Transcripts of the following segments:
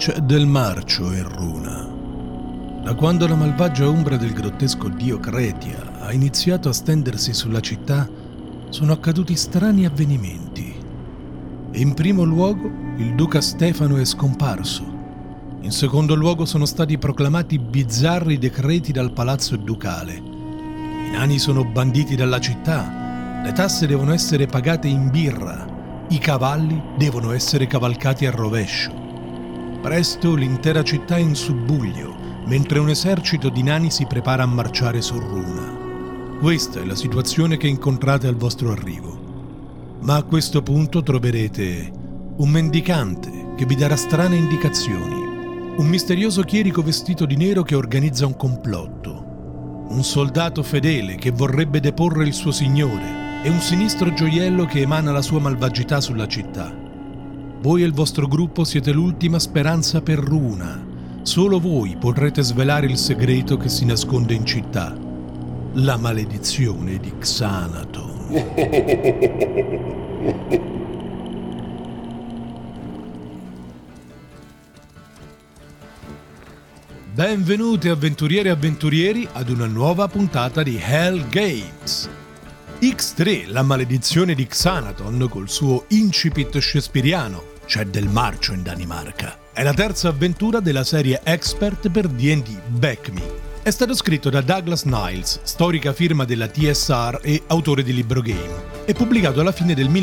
C'è del marcio in Runa. Da quando la malvagia ombra del grottesco dio Kretia ha iniziato a stendersi sulla città, sono accaduti strani avvenimenti. In primo luogo, il duca Stefano è scomparso. In secondo luogo sono stati proclamati bizzarri decreti dal palazzo ducale. I nani sono banditi dalla città, le tasse devono essere pagate in birra, i cavalli devono essere cavalcati a rovescio. Presto l'intera città è in subbuglio, mentre un esercito di nani si prepara a marciare su Runa. Questa è la situazione che incontrate al vostro arrivo. Ma a questo punto troverete un mendicante che vi darà strane indicazioni, un misterioso chierico vestito di nero che organizza un complotto, un soldato fedele che vorrebbe deporre il suo signore e un sinistro gioiello che emana la sua malvagità sulla città. Voi e il vostro gruppo siete l'ultima speranza per Runa. Solo voi potrete svelare il segreto che si nasconde in città. La maledizione di Xanaton. Benvenuti avventuriere e avventurieri ad una nuova puntata di Hell Games. X3, la maledizione di Xanaton, col suo incipit shakespeariano, c'è del marcio in Danimarca. È la terza avventura della serie Expert per D&D Back Me. È stato scritto da Douglas Niles, storica firma della TSR e autore di libro game, e pubblicato alla fine del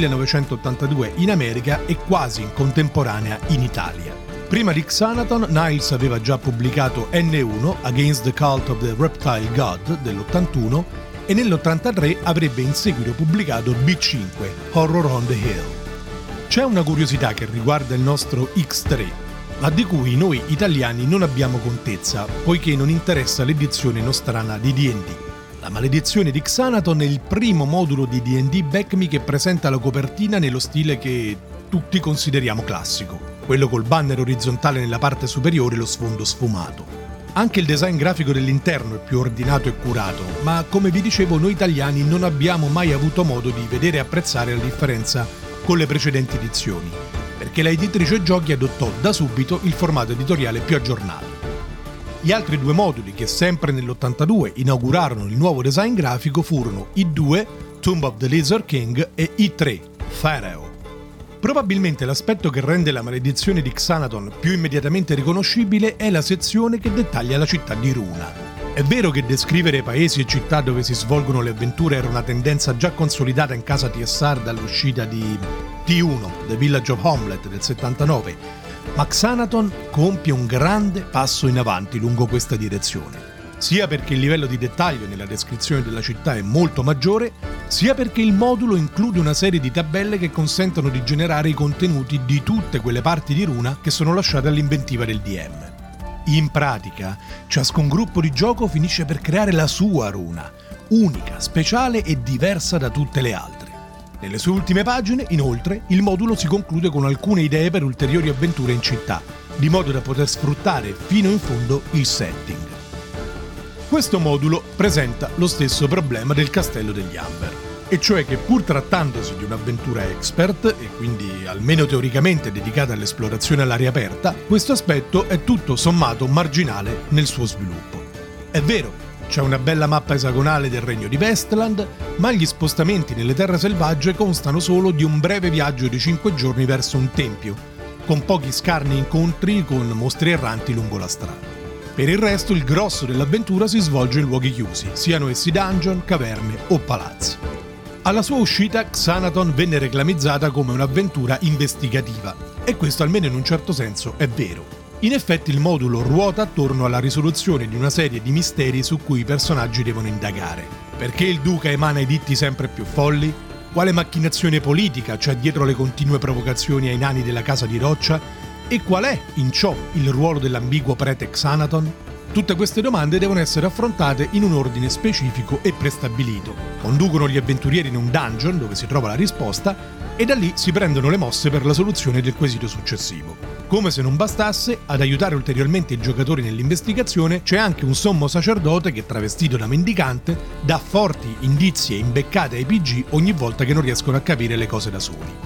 1982 in America e quasi in contemporanea in Italia. Prima di Xanaton, Niles aveva già pubblicato N1, Against the Cult of the Reptile God, dell'81, e nell'83 avrebbe in seguito pubblicato B5, Horror on the Hill. C'è una curiosità che riguarda il nostro X3, ma di cui noi italiani non abbiamo contezza, poiché non interessa l'edizione nostrana di D&D. La maledizione di Xanaton è il primo modulo di D&D Back Me che presenta la copertina nello stile che tutti consideriamo classico, quello col banner orizzontale nella parte superiore e lo sfondo sfumato. Anche il design grafico dell'interno è più ordinato e curato, ma come vi dicevo noi italiani non abbiamo mai avuto modo di vedere e apprezzare la differenza con le precedenti edizioni, perché la editrice giochi adottò da subito il formato editoriale più aggiornato. Gli altri due moduli che sempre nell'82 inaugurarono il nuovo design grafico furono I2, Tomb of the Lizard King, e I3, Pharaoh. Probabilmente l'aspetto che rende la maledizione di Xanaton più immediatamente riconoscibile è la sezione che dettaglia la città di Runa. È vero che descrivere paesi e città dove si svolgono le avventure era una tendenza già consolidata in casa TSR dall'uscita di T1, The Village of Homelet del 79, ma Xanaton compie un grande passo in avanti lungo questa direzione, sia perché il livello di dettaglio nella descrizione della città è molto maggiore, sia perché il modulo include una serie di tabelle che consentono di generare i contenuti di tutte quelle parti di Runa che sono lasciate all'inventiva del DM. In pratica, ciascun gruppo di gioco finisce per creare la sua Runa, unica, speciale e diversa da tutte le altre. Nelle sue ultime pagine, inoltre, il modulo si conclude con alcune idee per ulteriori avventure in città, di modo da poter sfruttare fino in fondo il setting. Questo modulo presenta lo stesso problema del Castello degli Amber, e cioè che pur trattandosi di un'avventura expert, e quindi almeno teoricamente dedicata all'esplorazione all'aria aperta, questo aspetto è tutto sommato marginale nel suo sviluppo. È vero, c'è una bella mappa esagonale del regno di Vestland, ma gli spostamenti nelle terre selvagge constano solo di un breve viaggio di 5 giorni verso un tempio, con pochi scarni incontri con mostri erranti lungo la strada. Per il resto il grosso dell'avventura si svolge in luoghi chiusi, siano essi dungeon, caverne o palazzi. Alla sua uscita Xanaton venne reclamizzata come un'avventura investigativa, e questo almeno in un certo senso è vero. In effetti il modulo ruota attorno alla risoluzione di una serie di misteri su cui i personaggi devono indagare. Perché il duca emana editti sempre più folli? Quale macchinazione politica c'è dietro le continue provocazioni ai nani della casa di roccia? E qual è, in ciò, il ruolo dell'ambiguo prete Xanaton? Tutte queste domande devono essere affrontate in un ordine specifico e prestabilito. Conducono gli avventurieri in un dungeon dove si trova la risposta e da lì si prendono le mosse per la soluzione del quesito successivo. Come se non bastasse, ad aiutare ulteriormente i giocatori nell'investigazione c'è anche un sommo sacerdote che, travestito da mendicante, dà forti indizi e imbeccate ai PG ogni volta che non riescono a capire le cose da soli.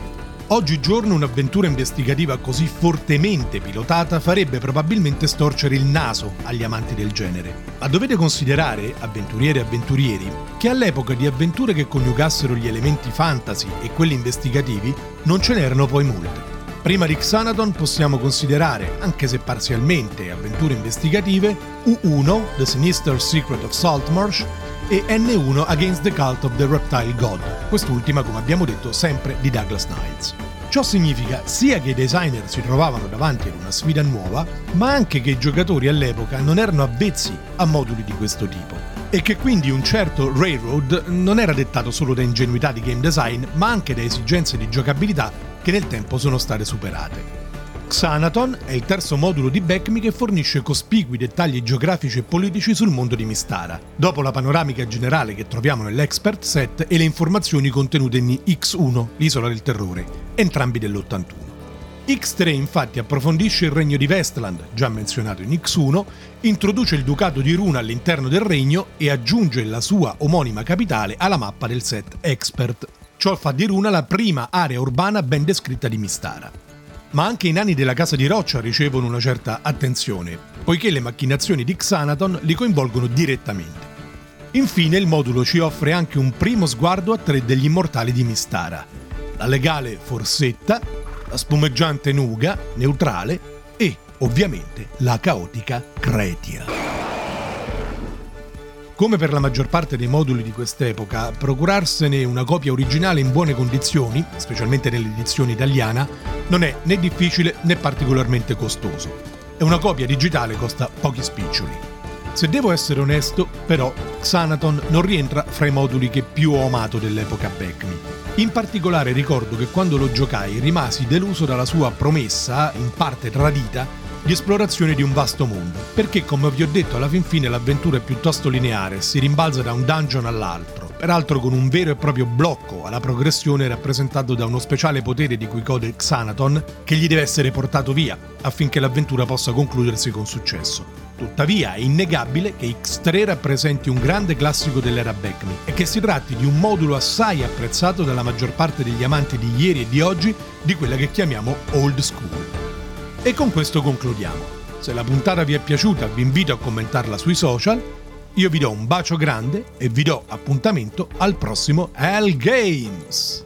Oggigiorno un'avventura investigativa così fortemente pilotata farebbe probabilmente storcere il naso agli amanti del genere. Ma dovete considerare, avventuriere e avventurieri, che all'epoca di avventure che coniugassero gli elementi fantasy e quelli investigativi non ce n'erano poi molte. Prima di Xanathon possiamo considerare, anche se parzialmente, avventure investigative U1, The Sinister Secret of Saltmarsh, e N1 Against the Cult of the Reptile God, quest'ultima come abbiamo detto sempre di Douglas Niles. Ciò significa sia che i designer si trovavano davanti ad una sfida nuova, ma anche che i giocatori all'epoca non erano avvezzi a moduli di questo tipo, e che quindi un certo Railroad non era dettato solo da ingenuità di game design, ma anche da esigenze di giocabilità che nel tempo sono state superate. Xanathon è il terzo modulo di BECMI che fornisce cospicui dettagli geografici e politici sul mondo di Mystara, dopo la panoramica generale che troviamo nell'Expert Set e le informazioni contenute in X1, l'Isola del Terrore, entrambi dell'81. X3 infatti approfondisce il regno di Vestland, già menzionato in X1, introduce il ducato di Runa all'interno del regno e aggiunge la sua omonima capitale alla mappa del set Expert. Ciò fa di Runa la prima area urbana ben descritta di Mystara. Ma anche i nani della Casa di Roccia ricevono una certa attenzione, poiché le macchinazioni di Xanathon li coinvolgono direttamente. Infine il modulo ci offre anche un primo sguardo a tre degli immortali di Mystara: la legale Forsetta, la spumeggiante Nuga, neutrale, e, ovviamente, la caotica Cretia. Come per la maggior parte dei moduli di quest'epoca, procurarsene una copia originale in buone condizioni, specialmente nell'edizione italiana, non è né difficile né particolarmente costoso. E una copia digitale costa pochi spiccioli. Se devo essere onesto, però, Xanathon non rientra fra i moduli che più ho amato dell'epoca BECMI. In particolare ricordo che quando lo giocai rimasi deluso dalla sua promessa, in parte tradita, di esplorazione di un vasto mondo, perché come vi ho detto alla fin fine l'avventura è piuttosto lineare, si rimbalza da un dungeon all'altro, peraltro con un vero e proprio blocco alla progressione rappresentato da uno speciale potere di cui gode Xanathon che gli deve essere portato via affinché l'avventura possa concludersi con successo. Tuttavia è innegabile che X3 rappresenti un grande classico dell'era BECMI e che si tratti di un modulo assai apprezzato dalla maggior parte degli amanti di ieri e di oggi di quella che chiamiamo old school. E con questo concludiamo. Se la puntata vi è piaciuta vi invito a commentarla sui social, io vi do un bacio grande e vi do appuntamento al prossimo Hell Games!